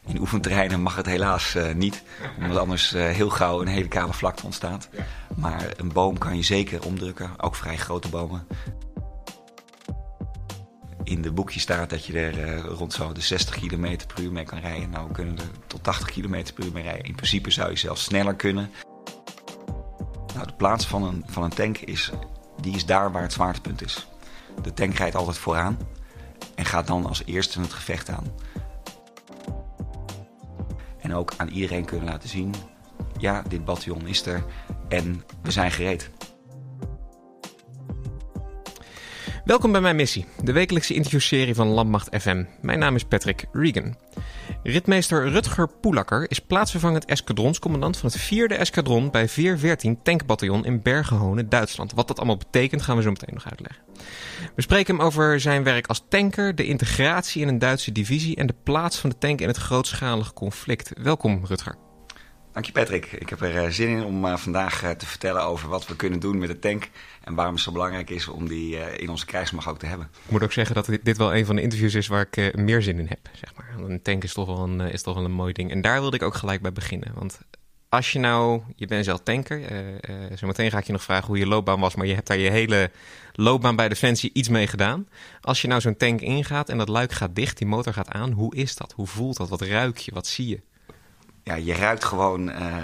In oefenterreinen mag het helaas niet, omdat anders heel gauw een hele kale vlakte ontstaat. Maar een boom kan je zeker omdrukken, ook vrij grote bomen. In de boekje staat dat je er rond zo de 60 km per uur mee kan rijden. Nou, we kunnen er tot 80 km per uur mee rijden. In principe zou je zelfs sneller kunnen. Nou, de plaats van een tank is daar waar het zwaartepunt is. De tank rijdt altijd vooraan en gaat dan als eerste het gevecht aan. En ook aan iedereen kunnen laten zien, ja, dit bataljon is er en we zijn gereed. Welkom bij Mijn Missie, de wekelijkse interviewserie van Landmacht FM. Mijn naam is Patrick Regan. Ritmeester Rutger Poelakker is plaatsvervangend eskadronscommandant van het 4e eskadron bij Veer 14 tankbataljon in Bergen-Honen, Duitsland. Wat dat allemaal betekent gaan we zo meteen nog uitleggen. We spreken hem over zijn werk als tanker, de integratie in een Duitse divisie en de plaats van de tank in het grootschalige conflict. Welkom Rutger. Dank je Patrick. Ik heb er zin in om vandaag te vertellen over wat we kunnen doen met de tank en waarom het zo belangrijk is om die in onze krijgsmacht ook te hebben. Ik moet ook zeggen dat dit wel een van de interviews is waar ik meer zin in heb, zeg maar. Een tank is toch wel een mooi ding. En daar wilde ik ook gelijk bij beginnen. Want als je bent zelf tanker, zometeen ga ik je nog vragen hoe je loopbaan was, maar je hebt daar je hele loopbaan bij Defensie iets mee gedaan. Als je nou zo'n tank ingaat en dat luik gaat dicht, die motor gaat aan, hoe is dat? Hoe voelt dat? Wat ruik je? Wat zie je? Ja, je ruikt gewoon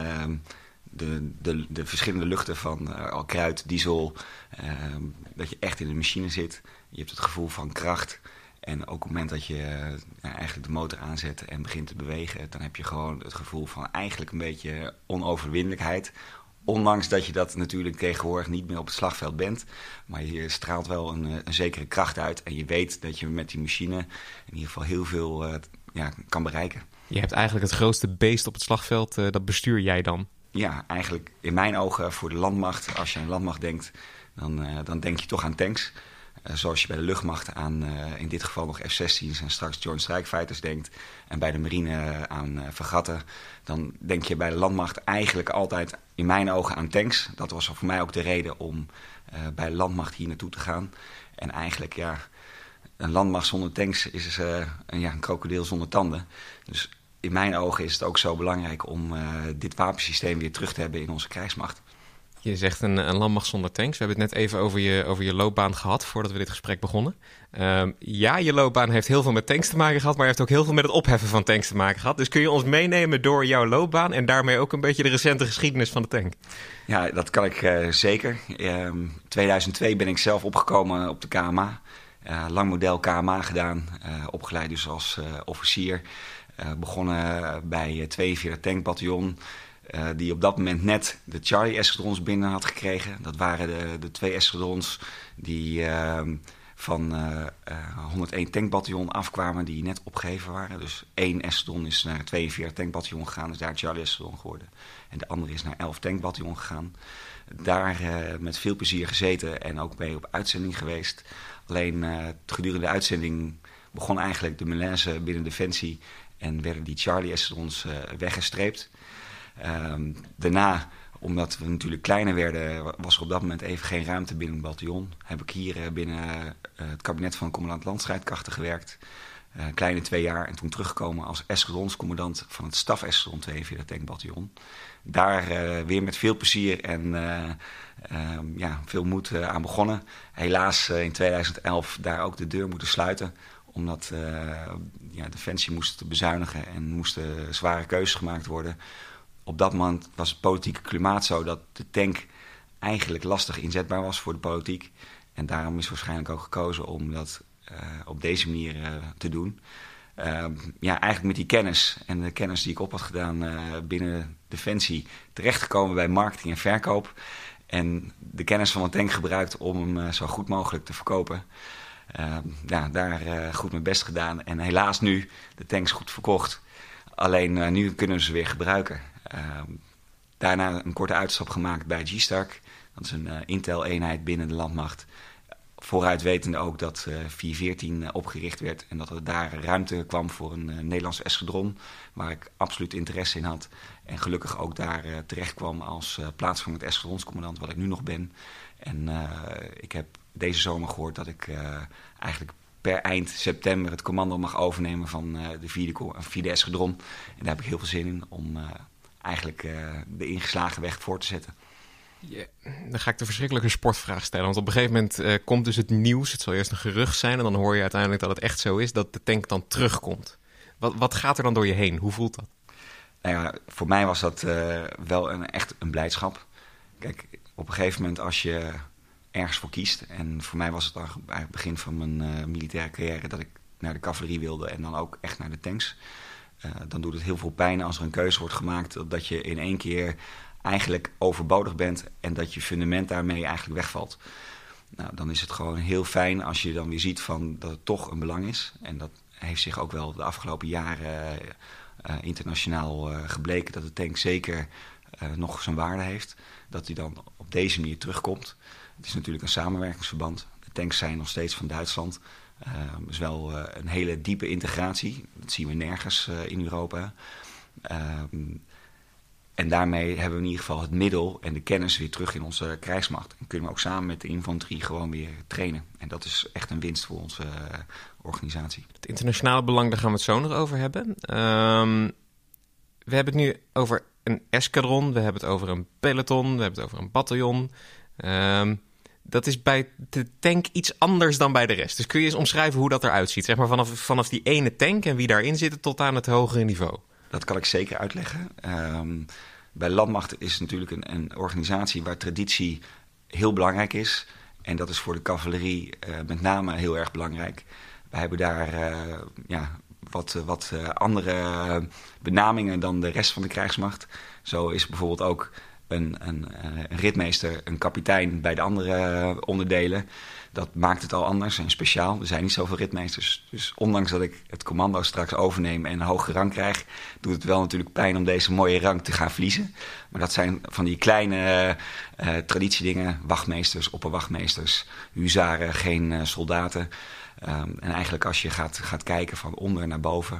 de verschillende luchten van kruid, diesel. Dat je echt in de machine zit. Je hebt het gevoel van kracht. En ook op het moment dat je eigenlijk de motor aanzet en begint te bewegen, dan heb je gewoon het gevoel van eigenlijk een beetje onoverwinnelijkheid. Ondanks dat je dat natuurlijk tegenwoordig niet meer op het slagveld bent. Maar je straalt wel een zekere kracht uit. En je weet dat je met die machine in ieder geval heel veel kan bereiken. Je hebt eigenlijk het grootste beest op het slagveld, dat bestuur jij dan? Ja, eigenlijk in mijn ogen voor de landmacht. Als je aan landmacht denkt, dan denk je toch aan tanks. Zoals je bij de luchtmacht aan in dit geval nog F-16's en straks Joint Strike Fighters denkt. En bij de marine aan fregatten. Dan denk je bij de landmacht eigenlijk altijd in mijn ogen aan tanks. Dat was voor mij ook de reden om bij de landmacht hier naartoe te gaan. En eigenlijk, ja, een landmacht zonder tanks is een krokodil zonder tanden. Dus in mijn ogen is het ook zo belangrijk om dit wapensysteem weer terug te hebben in onze krijgsmacht. Je zegt een landmacht zonder tanks. We hebben het net even over je loopbaan gehad voordat we dit gesprek begonnen. Ja, je loopbaan heeft heel veel met tanks te maken gehad, maar heeft ook heel veel met het opheffen van tanks te maken gehad. Dus kun je ons meenemen door jouw loopbaan en daarmee ook een beetje de recente geschiedenis van de tank? Ja, dat kan ik zeker. 2002 ben ik zelf opgekomen op de KMA. Lang model KMA gedaan, opgeleid dus als officier. Begonnen bij 42 tankbataljon. Die op dat moment net de Charlie-eskadrons binnen had gekregen. Dat waren de 2 eskadrons die van 101 tankbataljon afkwamen, die net opgeheven waren. Dus 1 eskadron is naar 42 tankbataljon gegaan, is daar Charlie-eskadron geworden. En de andere is naar 11 tankbataljon gegaan. Daar met veel plezier gezeten en ook mee op uitzending geweest. Alleen gedurende de uitzending begon eigenlijk de malaise binnen Defensie en werden die Charlie-eskadrons weggestreept. Daarna, omdat we natuurlijk kleiner werden, was er op dat moment even geen ruimte binnen het bataljon. Heb ik hier binnen het kabinet van commandant landstrijdkrachten gewerkt. Kleine 2 jaar en toen teruggekomen als eskadronscommandant van het staf-eskadron 42 tankbataljon. Daar weer met veel plezier en veel moed aan begonnen. Helaas in 2011 daar ook de deur moeten sluiten, omdat Defensie moest bezuinigen en moesten zware keuzes gemaakt worden. Op dat moment was het politieke klimaat zo dat de tank eigenlijk lastig inzetbaar was voor de politiek. En daarom is waarschijnlijk ook gekozen om dat op deze manier te doen. Eigenlijk met die kennis en de kennis die ik op had gedaan binnen Defensie terechtgekomen bij marketing en verkoop. En de kennis van een tank gebruikt om hem zo goed mogelijk te verkopen. Daar goed mijn best gedaan. En helaas nu de tanks goed verkocht. Alleen nu kunnen we ze weer gebruiken. Daarna een korte uitstap gemaakt bij G-Stark. Dat is een Intel-eenheid binnen de landmacht. Vooruit wetende ook dat 414 opgericht werd en dat er daar ruimte kwam voor een Nederlands eskadron, waar ik absoluut interesse in had. En gelukkig ook daar terecht kwam als plaatsvervangend eskadronscommandant, wat ik nu nog ben. En ik heb deze zomer gehoord dat ik eigenlijk per eind september het commando mag overnemen van de vierde eskadron. En daar heb ik heel veel zin in om eigenlijk de ingeslagen weg voor te zetten. Yeah. Dan ga ik de verschrikkelijke sportvraag stellen. Want op een gegeven moment komt dus het nieuws. Het zal eerst een gerucht zijn en dan hoor je uiteindelijk dat het echt zo is, dat de tank dan terugkomt. Wat gaat er dan door je heen? Hoe voelt dat? Nou ja, voor mij was dat wel echt een blijdschap. Kijk, op een gegeven moment als je ergens voor kiest, en voor mij was het eigenlijk het begin van mijn militaire carrière dat ik naar de cavalerie wilde en dan ook echt naar de tanks. Dan doet het heel veel pijn als er een keuze wordt gemaakt dat je in één keer eigenlijk overbodig bent en dat je fundament daarmee eigenlijk wegvalt. Nou, dan is het gewoon heel fijn als je dan weer ziet van dat het toch een belang is. En dat heeft zich ook wel de afgelopen jaren internationaal gebleken dat de tank zeker nog zijn waarde heeft. Dat hij dan op deze manier terugkomt. Het is natuurlijk een samenwerkingsverband. De tanks zijn nog steeds van Duitsland. Het is wel een hele diepe integratie. Dat zien we nergens in Europa. En daarmee hebben we in ieder geval het middel en de kennis weer terug in onze krijgsmacht. En kunnen we ook samen met de infanterie gewoon weer trainen. En dat is echt een winst voor onze organisatie. Het internationale belang, daar gaan we het zo nog over hebben. We hebben het nu over een eskadron, we hebben het over een peloton, we hebben het over een bataljon. Dat is bij de tank iets anders dan bij de rest. Dus kun je eens omschrijven hoe dat eruit ziet? Zeg maar vanaf die ene tank en wie daarin zit tot aan het hogere niveau. Dat kan ik zeker uitleggen. Bij Landmacht is het natuurlijk een organisatie waar traditie heel belangrijk is. En dat is voor de cavalerie met name heel erg belangrijk. Wij hebben daar wat andere benamingen dan de rest van de krijgsmacht. Zo is bijvoorbeeld ook een ritmeester, een kapitein bij de andere onderdelen. Dat maakt het al anders en speciaal. Er zijn niet zoveel ritmeesters. Dus ondanks dat ik het commando straks overneem en een hoge rang krijg, doet het wel natuurlijk pijn om deze mooie rang te gaan verliezen. Maar dat zijn van die kleine traditiedingen. Wachtmeesters, opperwachtmeesters, huzaren, geen soldaten. En eigenlijk als je gaat kijken van onder naar boven.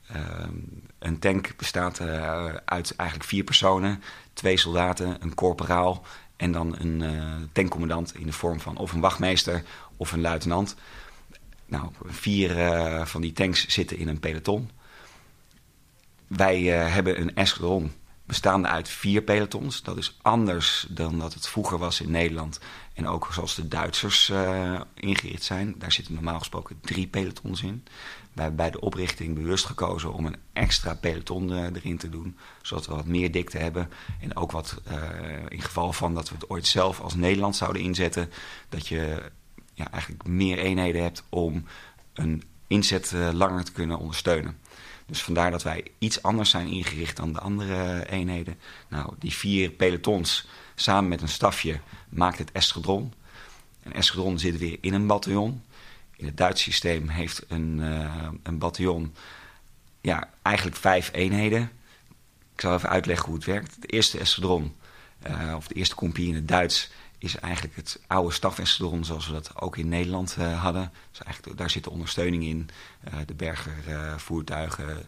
Een tank bestaat uit eigenlijk 4 personen. 2 soldaten, een korporaal en dan een tankcommandant in de vorm van of een wachtmeester of een luitenant. Nou, 4 van die tanks zitten in een peloton. Wij hebben een eskadron bestaande uit 4 pelotons. Dat is anders dan dat het vroeger was in Nederland. En ook zoals de Duitsers ingericht zijn. Daar zitten normaal gesproken 3 pelotons in. Wij hebben bij de oprichting bewust gekozen om een extra peloton erin te doen. Zodat we wat meer dikte hebben. En ook wat in geval van dat we het ooit zelf als Nederland zouden inzetten. Dat je eigenlijk meer eenheden hebt om een inzet langer te kunnen ondersteunen. Dus vandaar dat wij iets anders zijn ingericht dan de andere eenheden. Nou, die 4 pelotons samen met een stafje maakt het eskadron. Een eskadron zit weer in een bataljon. In het Duitse systeem heeft een bataljon eigenlijk 5 eenheden. Ik zal even uitleggen hoe het werkt. Het eerste eskadron, of de eerste compagnie in het Duits, is eigenlijk het oude stafeskadron zoals we dat ook in Nederland hadden. Dus eigenlijk, daar zit de ondersteuning in. De bergervoertuigen,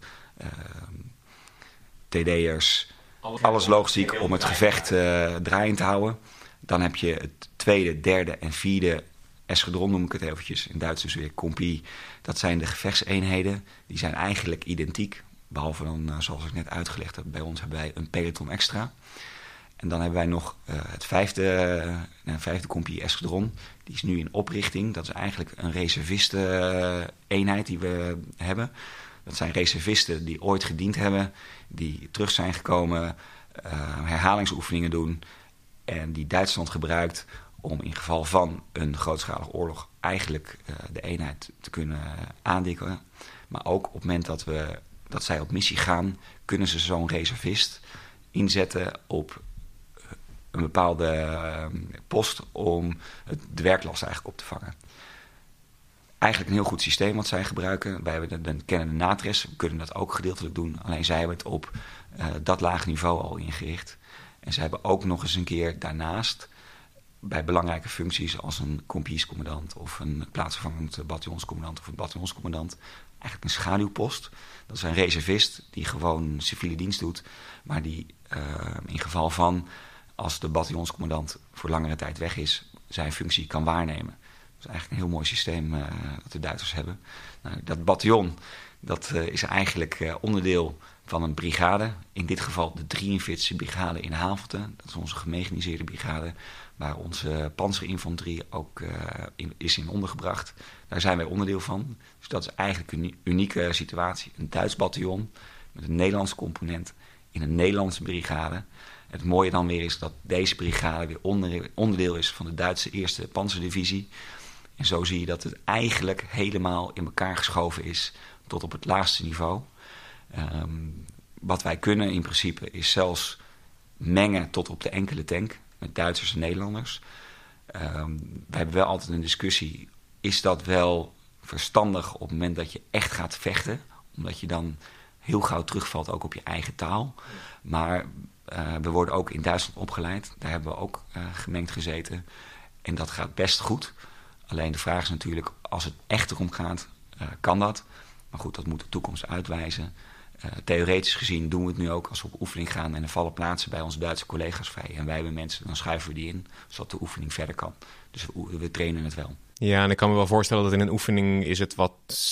TD'ers, alles logistiek om het gevecht draaiend te houden. Dan heb je het tweede, derde en vierde eskadron, noem ik het eventjes. In Duits dus weer compie. Dat zijn de gevechtseenheden. Die zijn eigenlijk identiek. Behalve dan, zoals ik net uitgelegd heb, bij ons hebben wij een peloton extra. En dan hebben wij nog het vijfde compie eskadron. Die is nu in oprichting. Dat is eigenlijk een reservisten-eenheid die we hebben. Dat zijn reservisten die ooit gediend hebben. Die terug zijn gekomen, herhalingsoefeningen doen. En die Duitsland gebruikt om in geval van een grootschalige oorlog eigenlijk de eenheid te kunnen aandikken. Maar ook op het moment dat zij op missie gaan, kunnen ze zo'n reservist inzetten op een bepaalde post om de werklast eigenlijk op te vangen. Eigenlijk een heel goed systeem wat zij gebruiken. Wij kennen de NATRES, we kunnen dat ook gedeeltelijk doen. Alleen zij hebben het op dat lage niveau al ingericht. En ze hebben ook nog eens een keer daarnaast bij belangrijke functies als een compagniescommandant of een plaatsvervangend bataljonscommandant of een bataljonscommandant eigenlijk een schaduwpost. Dat is een reservist die gewoon civiele dienst doet, maar die in geval van als de bataljonscommandant voor langere tijd weg is, zijn functie kan waarnemen. is eigenlijk een heel mooi systeem dat de Duitsers hebben. Nou, dat bataljon, dat is eigenlijk onderdeel van een brigade. In dit geval de 43e brigade in Havelte. Dat is onze gemechaniseerde brigade, waar onze panzerinfanterie ook is in ondergebracht. Daar zijn wij onderdeel van. Dus dat is eigenlijk een unieke situatie. Een Duits bataljon met een Nederlandse component in een Nederlandse brigade. Het mooie dan weer is dat deze brigade weer onderdeel is van de Duitse 1e panzerdivisie. En zo zie je dat het eigenlijk helemaal in elkaar geschoven is tot op het laagste niveau. Wat wij kunnen in principe is zelfs mengen tot op de enkele tank met Duitsers en Nederlanders. We hebben wel altijd een discussie, is dat wel verstandig op het moment dat je echt gaat vechten? Omdat je dan heel gauw terugvalt ook op je eigen taal. Maar we worden ook in Duitsland opgeleid. Daar hebben we ook gemengd gezeten. En dat gaat best goed. Alleen de vraag is natuurlijk, als het echt erom gaat, kan dat. Maar goed, dat moet de toekomst uitwijzen. Theoretisch gezien doen we het nu ook als we op oefening gaan en er vallen plaatsen bij onze Duitse collega's vrij. En wij hebben mensen, dan schuiven we die in, zodat de oefening verder kan. Dus we trainen het wel. Ja, en ik kan me wel voorstellen dat in een oefening is het wat,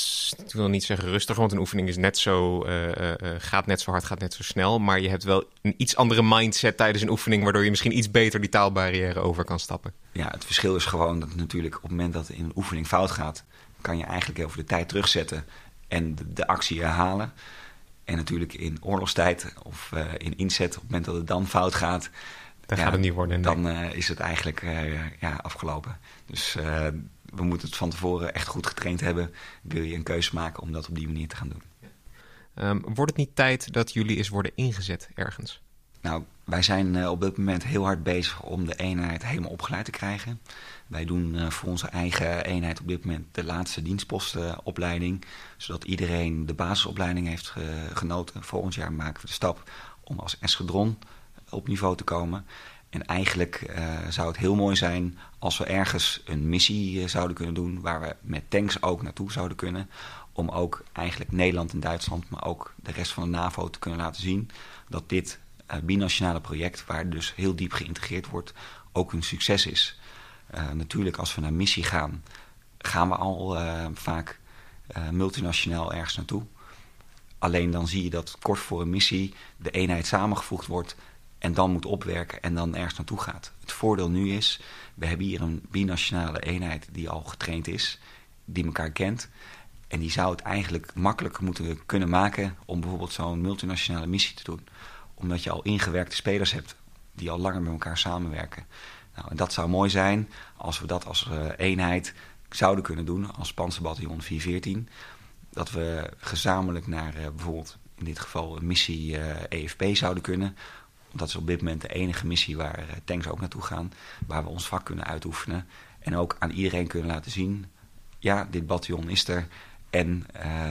ik wil niet zeggen rustiger, want een oefening is net zo, gaat net zo hard, gaat net zo snel. Maar je hebt wel een iets andere mindset tijdens een oefening, waardoor je misschien iets beter die taalbarrière over kan stappen. Ja, het verschil is gewoon dat natuurlijk op het moment dat het in een oefening fout gaat, kan je eigenlijk over de tijd terugzetten en de actie herhalen. En natuurlijk in oorlogstijd of in inzet, op het moment dat het dan fout gaat, dan gaat het niet worden. Nee. Dan is het eigenlijk afgelopen. Dus we moeten het van tevoren echt goed getraind hebben. Wil je een keuze maken om dat op die manier te gaan doen. Wordt het niet tijd dat jullie eens worden ingezet ergens? Nou, wij zijn op dit moment heel hard bezig om de eenheid helemaal opgeleid te krijgen. Wij doen voor onze eigen eenheid op dit moment de laatste dienstpostenopleiding. Zodat iedereen de basisopleiding heeft genoten. Volgend jaar maken we de stap om als eskadron op niveau te komen. En eigenlijk zou het heel mooi zijn als we ergens een missie zouden kunnen doen, waar we met tanks ook naartoe zouden kunnen. Om ook eigenlijk Nederland en Duitsland, maar ook de rest van de NAVO te kunnen laten zien dat dit binationale project, waar dus heel diep geïntegreerd wordt, ook een succes is. Natuurlijk, als we naar missie gaan, gaan we al vaak multinationaal ergens naartoe. Alleen dan zie je dat kort voor een missie de eenheid samengevoegd wordt en dan moet opwerken en dan ergens naartoe gaat. Het voordeel nu is, we hebben hier een binationale eenheid die al getraind is, die elkaar kent. En die zou het eigenlijk makkelijker moeten kunnen maken om bijvoorbeeld zo'n multinationale missie te doen. Omdat je al ingewerkte spelers hebt die al langer met elkaar samenwerken. Nou, en dat zou mooi zijn als we dat als eenheid zouden kunnen doen, als Panzerbataljon 414. Dat we gezamenlijk naar bijvoorbeeld in dit geval een missie EFP zouden kunnen. Dat is op dit moment de enige missie waar tanks ook naartoe gaan. Waar we ons vak kunnen uitoefenen. En ook aan iedereen kunnen laten zien, ja, dit bataljon is er. En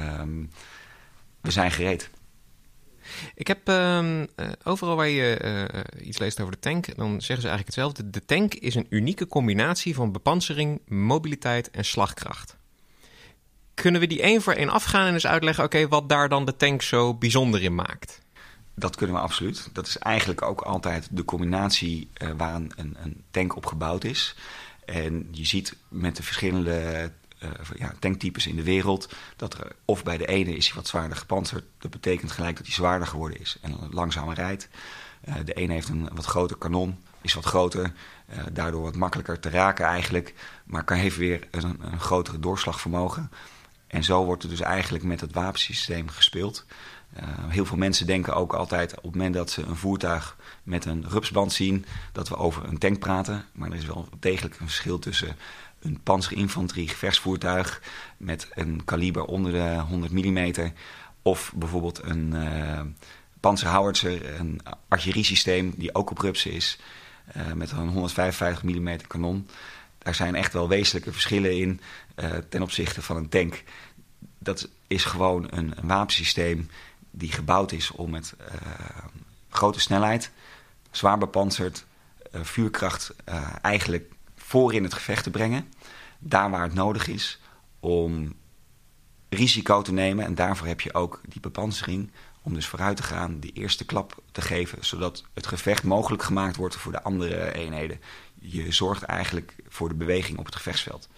we zijn gereed. Ik heb overal waar je iets leest over de tank, dan zeggen ze eigenlijk hetzelfde. De tank is een unieke combinatie van bepanzering, mobiliteit en slagkracht. Kunnen we die één voor één afgaan en eens uitleggen, oké, wat daar dan de tank zo bijzonder in maakt? Dat kunnen we absoluut. Dat is eigenlijk ook altijd de combinatie waar een tank op gebouwd is. En je ziet met de verschillende tanktypes in de wereld dat er of bij de ene is hij wat zwaarder gepantserd. Dat betekent gelijk dat hij zwaarder geworden is en langzamer rijdt. De ene heeft een wat groter kanon, is wat groter, daardoor wat makkelijker te raken eigenlijk, maar heeft weer een grotere doorslagvermogen. En zo wordt er dus eigenlijk met het wapensysteem gespeeld. Heel veel mensen denken ook altijd op het moment dat ze een voertuig met een rupsband zien, dat we over een tank praten. Maar er is wel degelijk een verschil tussen een panzerinfanterie gevechtsvoertuig met een kaliber onder de 100 mm. Of bijvoorbeeld een panzerhowitzer, een artilleriesysteem die ook op rupsen is, met een 155 mm kanon. Daar zijn echt wel wezenlijke verschillen in ten opzichte van een tank. Dat is gewoon een wapensysteem die gebouwd is om met grote snelheid, zwaar bepantserd, vuurkracht eigenlijk voor in het gevecht te brengen. Daar waar het nodig is om risico te nemen. En daarvoor heb je ook die bepantsering om dus vooruit te gaan, die eerste klap te geven, zodat het gevecht mogelijk gemaakt wordt voor de andere eenheden. Je zorgt eigenlijk voor de beweging op het gevechtsveld.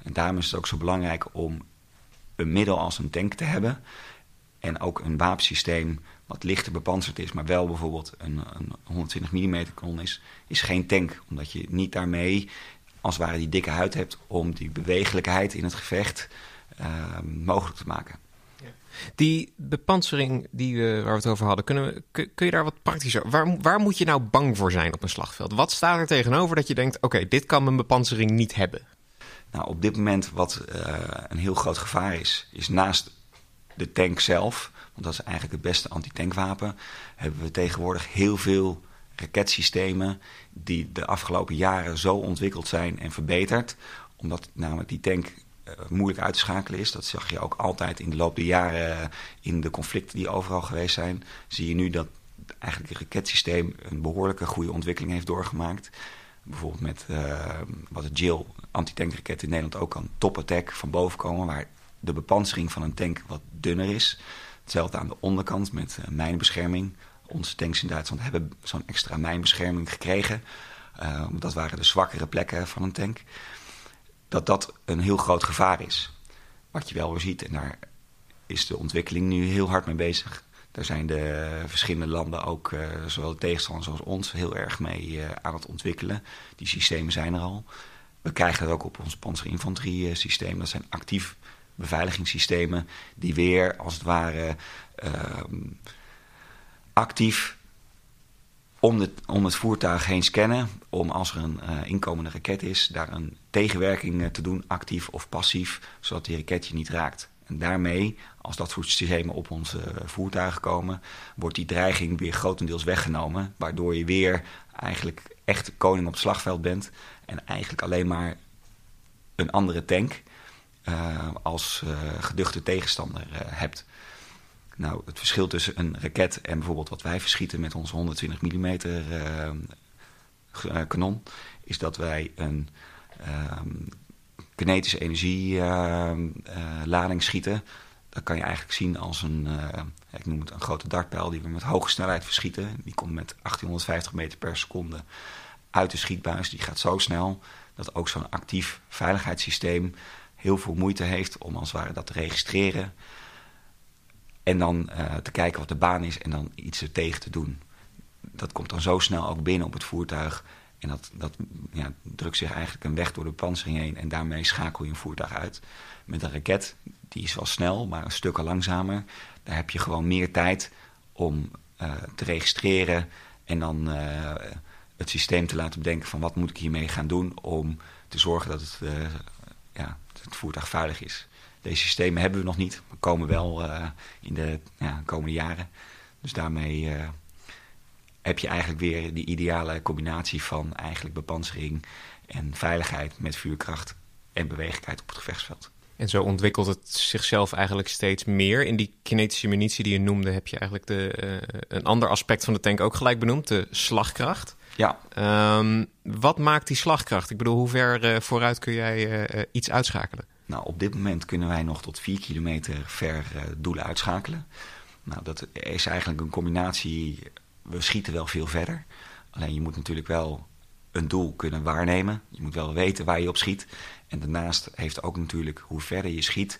En daarom is het ook zo belangrijk om een middel als een tank te hebben. En ook een wapensysteem wat lichter bepantserd is, maar wel bijvoorbeeld een 120 mm kanon is geen tank. Omdat je niet daarmee als het ware die dikke huid hebt om die bewegelijkheid in het gevecht mogelijk te maken. Die bepantsering waar we het over hadden, kun je daar wat praktischer... Waar moet je nou bang voor zijn op een slagveld? Wat staat er tegenover dat je denkt, oké, dit kan mijn bepantsering niet hebben? Nou, op dit moment wat een heel groot gevaar is naast de tank zelf, want dat is eigenlijk het beste antitankwapen, hebben we tegenwoordig heel veel raketsystemen die de afgelopen jaren zo ontwikkeld zijn en verbeterd, omdat namelijk die tank moeilijk uit te schakelen is. Dat zag je ook altijd in de loop der jaren in de conflicten die overal geweest zijn. Zie je nu dat eigenlijk het raketsysteem een behoorlijke goede ontwikkeling heeft doorgemaakt. Bijvoorbeeld met wat het JIL antitankraket in Nederland ook kan, top attack van boven komen, waar de bepantsering van een tank wat dunner is. Hetzelfde aan de onderkant met mijnbescherming. Onze tanks in Duitsland hebben zo'n extra mijnbescherming gekregen. Dat waren de zwakkere plekken van een tank. Dat een heel groot gevaar is. Wat je wel weer ziet, en daar is de ontwikkeling nu heel hard mee bezig. Daar zijn de verschillende landen ook, zowel de tegenstanders als ons, heel erg mee aan het ontwikkelen. Die systemen zijn er al. We krijgen dat ook op ons panzerinfanterie systeem. Dat zijn actief beveiligingssystemen die weer als het ware actief om het voertuig heen scannen, om als er een inkomende raket is, daar een tegenwerking te doen, actief of passief, zodat die raket je niet raakt. En daarmee, als dat soort systemen op onze voertuigen komen, wordt die dreiging weer grotendeels weggenomen, waardoor je weer eigenlijk echt de koning op het slagveld bent en eigenlijk alleen maar een andere tank als geduchte tegenstander hebt. Nou, het verschil tussen een raket en bijvoorbeeld wat wij verschieten met onze 120 mm kanon, is dat wij een kinetische energielading schieten. Dat kan je eigenlijk zien als ik noem het een grote dartpijl die we met hoge snelheid verschieten. Die komt met 1850 meter per seconde uit de schietbuis. Die gaat zo snel dat ook zo'n actief veiligheidssysteem heel veel moeite heeft om als het ware dat te registreren. En dan te kijken wat de baan is en dan iets er tegen te doen. Dat komt dan zo snel ook binnen op het voertuig. En dat drukt zich eigenlijk een weg door de bepantsering heen. En daarmee schakel je een voertuig uit. Met een raket, die is wel snel, maar een stuk langzamer. Daar heb je gewoon meer tijd om te registreren. En dan het systeem te laten bedenken van wat moet ik hiermee gaan doen om te zorgen dat het voertuig veilig is. Deze systemen hebben we nog niet, maar komen wel in de komende jaren. Dus daarmee heb je eigenlijk weer die ideale combinatie van eigenlijk bepantsering en veiligheid met vuurkracht en beweeglijkheid op het gevechtsveld. En zo ontwikkelt het zichzelf eigenlijk steeds meer. In die kinetische munitie die je noemde heb je eigenlijk een ander aspect van de tank ook gelijk benoemd, de slagkracht. Ja. Wat maakt die slagkracht? Ik bedoel, hoe ver vooruit kun jij iets uitschakelen? Nou, op dit moment kunnen wij nog tot 4 kilometer ver doelen uitschakelen. Nou, dat is eigenlijk een combinatie. We schieten wel veel verder. Alleen je moet natuurlijk wel een doel kunnen waarnemen. Je moet wel weten waar je op schiet. En daarnaast heeft ook natuurlijk hoe verder je schiet,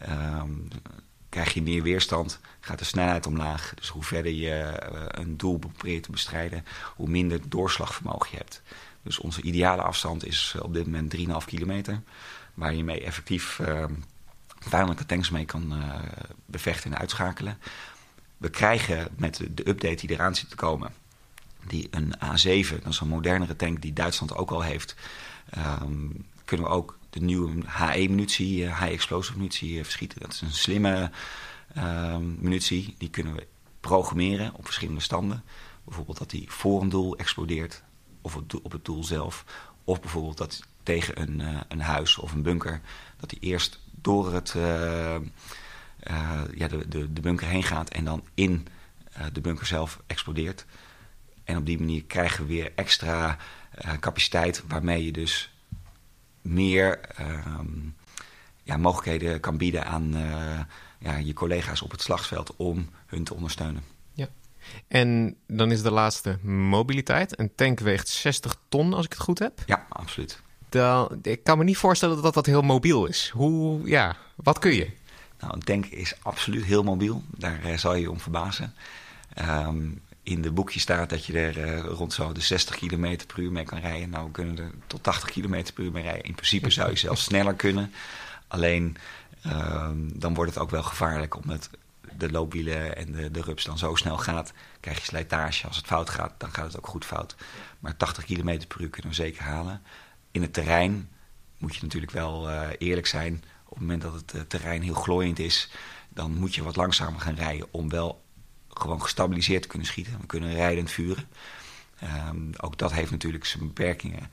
krijg je meer weerstand, gaat de snelheid omlaag. Dus hoe verder je een doel probeert te bestrijden, hoe minder doorslagvermogen je hebt. Dus onze ideale afstand is op dit moment 3,5 kilometer. Waar je mee effectief vijandelijke tanks mee kan bevechten en uitschakelen. We krijgen met de update die eraan zit te komen, die een A7, dat is een modernere tank die Duitsland ook al heeft, kunnen we ook de nieuwe HE-munitie, high-explosive munitie verschieten. Dat is een slimme munitie, die kunnen we programmeren op verschillende standen. Bijvoorbeeld dat die voor een doel explodeert, of op het doel zelf. Of bijvoorbeeld dat tegen een huis of een bunker, dat die eerst door de bunker heen gaat en dan in de bunker zelf explodeert. En op die manier krijgen we weer extra capaciteit waarmee je dus meer mogelijkheden kan bieden aan je collega's op het slagveld om hun te ondersteunen. Ja. En dan is de laatste mobiliteit. Een tank weegt 60 ton als ik het goed heb. Ja, absoluut. Ik kan me niet voorstellen dat dat heel mobiel is. Wat kun je? Nou, een tank is absoluut heel mobiel. Daar zal je je om verbazen. In de boekje staat dat je er rond zo de 60 km per uur mee kan rijden. Nou, we kunnen er tot 80 km per uur mee rijden. In principe zou je zelfs sneller kunnen. Alleen, dan wordt het ook wel gevaarlijk omdat de loopwielen en de rups dan zo snel gaat. Krijg je slijtage. Als het fout gaat, dan gaat het ook goed fout. Maar 80 km per uur kunnen we zeker halen. In het terrein moet je natuurlijk wel eerlijk zijn. Op het moment dat het terrein heel glooiend is, dan moet je wat langzamer gaan rijden om wel gewoon gestabiliseerd te kunnen schieten. We kunnen rijdend vuren. Ook dat heeft natuurlijk zijn beperkingen.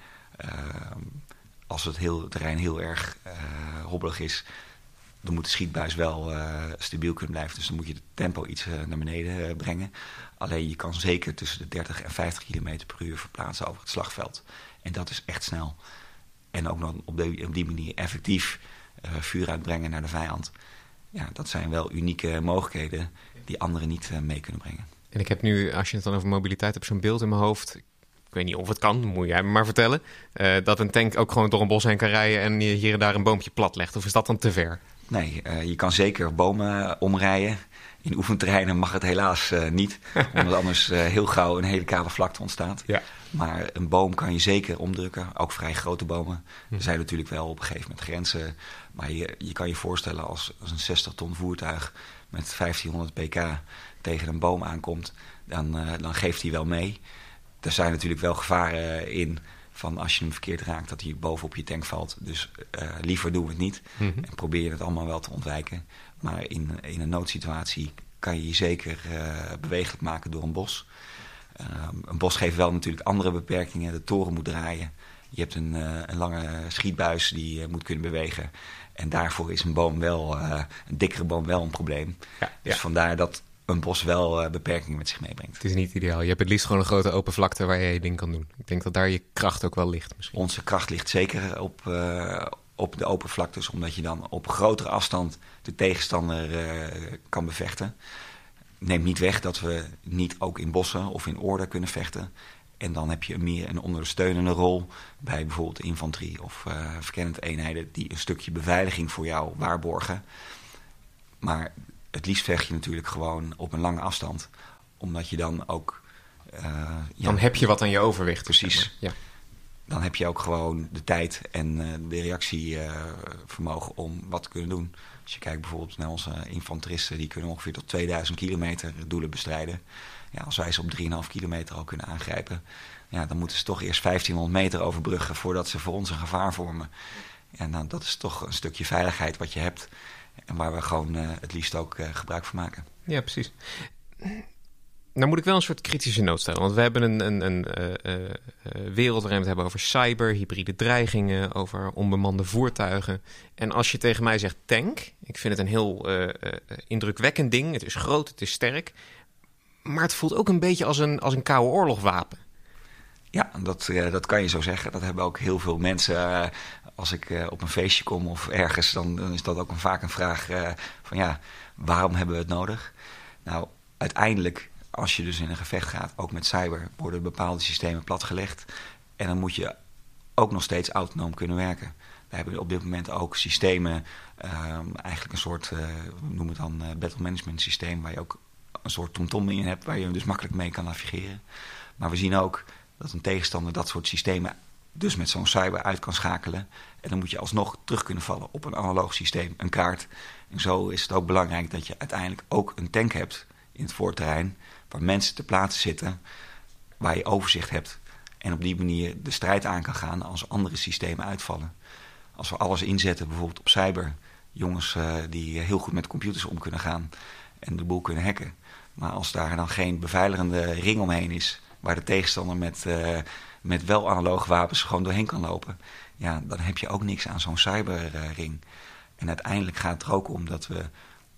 Als het terrein heel erg hobbelig is, dan moet de schietbuis wel stabiel kunnen blijven. Dus dan moet je het tempo iets naar beneden brengen. Alleen je kan zeker tussen de 30 en 50 km per uur verplaatsen over het slagveld. En dat is echt snel. En ook nog op die manier effectief vuur uitbrengen naar de vijand. Ja, dat zijn wel unieke mogelijkheden die anderen niet mee kunnen brengen. En ik heb nu, als je het dan over mobiliteit hebt, zo'n beeld in mijn hoofd. Ik weet niet of het kan, moet jij me maar vertellen. Dat een tank ook gewoon door een bos heen kan rijden en je hier en daar een boompje plat legt. Of is dat dan te ver? Nee, je kan zeker bomen omrijden. In oefenterreinen mag het helaas niet. Omdat anders heel gauw een hele kale vlakte ontstaat. Ja. Maar een boom kan je zeker omdrukken. Ook vrij grote bomen. Er zijn natuurlijk wel op een gegeven moment grenzen. Maar je kan je voorstellen als een 60 ton voertuig met 1500 pk tegen een boom aankomt. Dan geeft hij wel mee. Er zijn natuurlijk wel gevaren in van als je hem verkeerd raakt dat hij bovenop je tank valt. Dus liever doen we het niet. En probeer je het allemaal wel te ontwijken. Maar in een noodsituatie kan je je zeker bewegelijk maken door een bos. Een bos geeft wel natuurlijk andere beperkingen. De toren moet draaien. Je hebt een lange schietbuis die moet kunnen bewegen. En daarvoor is een dikkere boom wel een probleem. Ja, dus vandaar dat een bos wel beperkingen met zich meebrengt. Het is niet ideaal. Je hebt het liefst gewoon een grote open vlakte waar je ding kan doen. Ik denk dat daar je kracht ook wel ligt misschien. Onze kracht ligt zeker op de open vlaktes, omdat je dan op grotere afstand de tegenstander kan bevechten. Neemt niet weg dat we niet ook in bossen of in oorden kunnen vechten. En dan heb je meer een ondersteunende rol bij bijvoorbeeld infanterie of verkennende eenheden die een stukje beveiliging voor jou waarborgen. Maar het liefst vecht je natuurlijk gewoon op een lange afstand. Omdat je dan ook... dan heb je wat aan je overwicht. Precies. Ja. Dan heb je ook gewoon de tijd en de reactievermogen om wat te kunnen doen. Als je kijkt bijvoorbeeld naar onze infanteristen, die kunnen ongeveer tot 2000 kilometer doelen bestrijden. Ja, als wij ze op 3,5 kilometer al kunnen aangrijpen, ja, dan moeten ze toch eerst 1500 meter overbruggen voordat ze voor ons een gevaar vormen. Ja, nou, dat is toch een stukje veiligheid wat je hebt en waar we gewoon het liefst ook gebruik van maken. Ja, precies. Nou moet ik wel een soort kritische noot stellen. Want we hebben een wereld waarin we het hebben over cyber, hybride dreigingen, over onbemande voertuigen. En als je tegen mij zegt tank, ik vind het een heel indrukwekkend ding. Het is groot, het is sterk. Maar het voelt ook een beetje als een koude oorlogwapen. Ja, dat kan je zo zeggen. Dat hebben ook heel veel mensen. Als ik op een feestje kom of ergens, dan is dat ook vaak een vraag van ja, waarom hebben we het nodig? Nou, uiteindelijk, als je dus in een gevecht gaat, ook met cyber, worden bepaalde systemen platgelegd. En dan moet je ook nog steeds autonoom kunnen werken. We hebben op dit moment ook systemen, eigenlijk een soort, we noemen het dan battle management systeem, waar je ook een soort tomtom in hebt, waar je dus makkelijk mee kan navigeren. Maar we zien ook dat een tegenstander dat soort systemen dus met zo'n cyber uit kan schakelen. En dan moet je alsnog terug kunnen vallen op een analoog systeem, een kaart. En zo is het ook belangrijk dat je uiteindelijk ook een tank hebt in het voorterrein, waar mensen ter plaatse zitten, waar je overzicht hebt. En op die manier de strijd aan kan gaan als andere systemen uitvallen. Als we alles inzetten, bijvoorbeeld op cyber, jongens die heel goed met computers om kunnen gaan en de boel kunnen hacken. Maar als daar dan geen beveiligende ring omheen is, waar de tegenstander met wel analoge wapens gewoon doorheen kan lopen, ja, dan heb je ook niks aan zo'n cyberring. En uiteindelijk gaat het er ook om dat we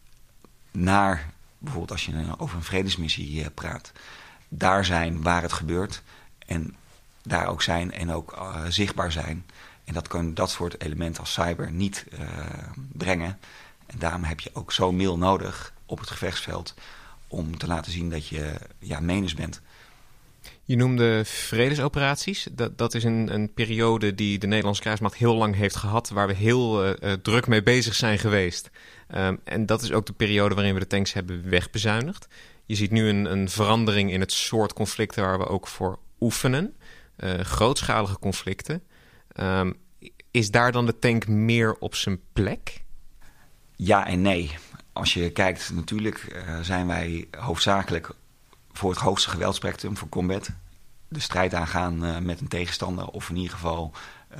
bijvoorbeeld als je over een vredesmissie praat, daar zijn waar het gebeurt en daar ook zijn en ook zichtbaar zijn. En dat kan dat soort elementen als cyber niet brengen. En daarom heb je ook zo'n mail nodig op het gevechtsveld om te laten zien dat je menens bent. Je noemde vredesoperaties. Dat is een periode die de Nederlandse krijgsmacht heel lang heeft gehad, waar we heel druk mee bezig zijn geweest. En dat is ook de periode waarin we de tanks hebben wegbezuinigd. Je ziet nu een verandering in het soort conflicten waar we ook voor oefenen. Grootschalige conflicten. Is daar dan de tank meer op zijn plek? Ja en nee. Als je kijkt, natuurlijk zijn wij hoofdzakelijk voor het hoogste geweldspectrum, voor combat. De strijd aangaan met een tegenstander of in ieder geval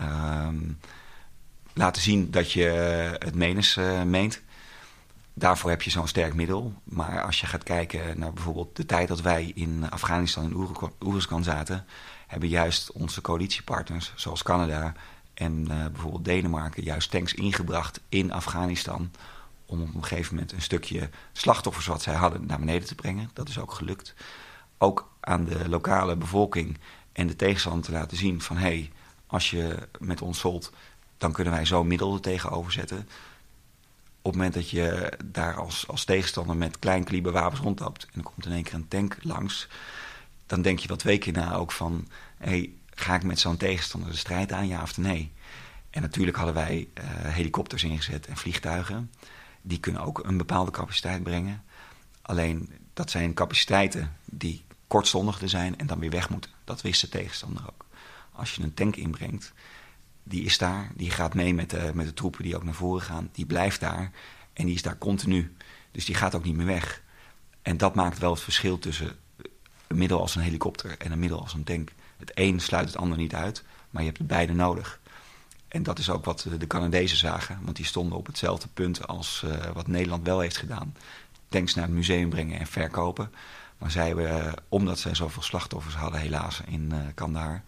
laten zien dat je het menens meent. Daarvoor heb je zo'n sterk middel. Maar als je gaat kijken naar bijvoorbeeld de tijd dat wij in Afghanistan en Oeruzkan zaten, hebben juist onze coalitiepartners zoals Canada en bijvoorbeeld Denemarken juist tanks ingebracht in Afghanistan om op een gegeven moment een stukje slachtoffers wat zij hadden naar beneden te brengen. Dat is ook gelukt. Ook aan de lokale bevolking en de tegenstander te laten zien van hey, als je met ons zolt, dan kunnen wij zo middelen tegenover zetten. Op het moment dat je daar als tegenstander met kleinkaliber wapens rondloopt en er komt in één keer een tank langs, dan denk je wel 2 keer na ook van hey, ga ik met zo'n tegenstander de strijd aan, ja of nee? En natuurlijk hadden wij helikopters ingezet en vliegtuigen. Die kunnen ook een bepaalde capaciteit brengen. Alleen dat zijn capaciteiten die kortstondig zijn en dan weer weg moeten. Dat wist de tegenstander ook. Als je een tank inbrengt, die is daar. Die gaat mee met de troepen die ook naar voren gaan. Die blijft daar en die is daar continu. Dus die gaat ook niet meer weg. En dat maakt wel het verschil tussen een middel als een helikopter en een middel als een tank. Het een sluit het ander niet uit, maar je hebt het beide nodig. En dat is ook wat de Canadezen zagen. Want die stonden op hetzelfde punt als wat Nederland wel heeft gedaan. Tanks naar het museum brengen en verkopen. Maar zij hebben, omdat zij zoveel slachtoffers hadden helaas in Kandahar,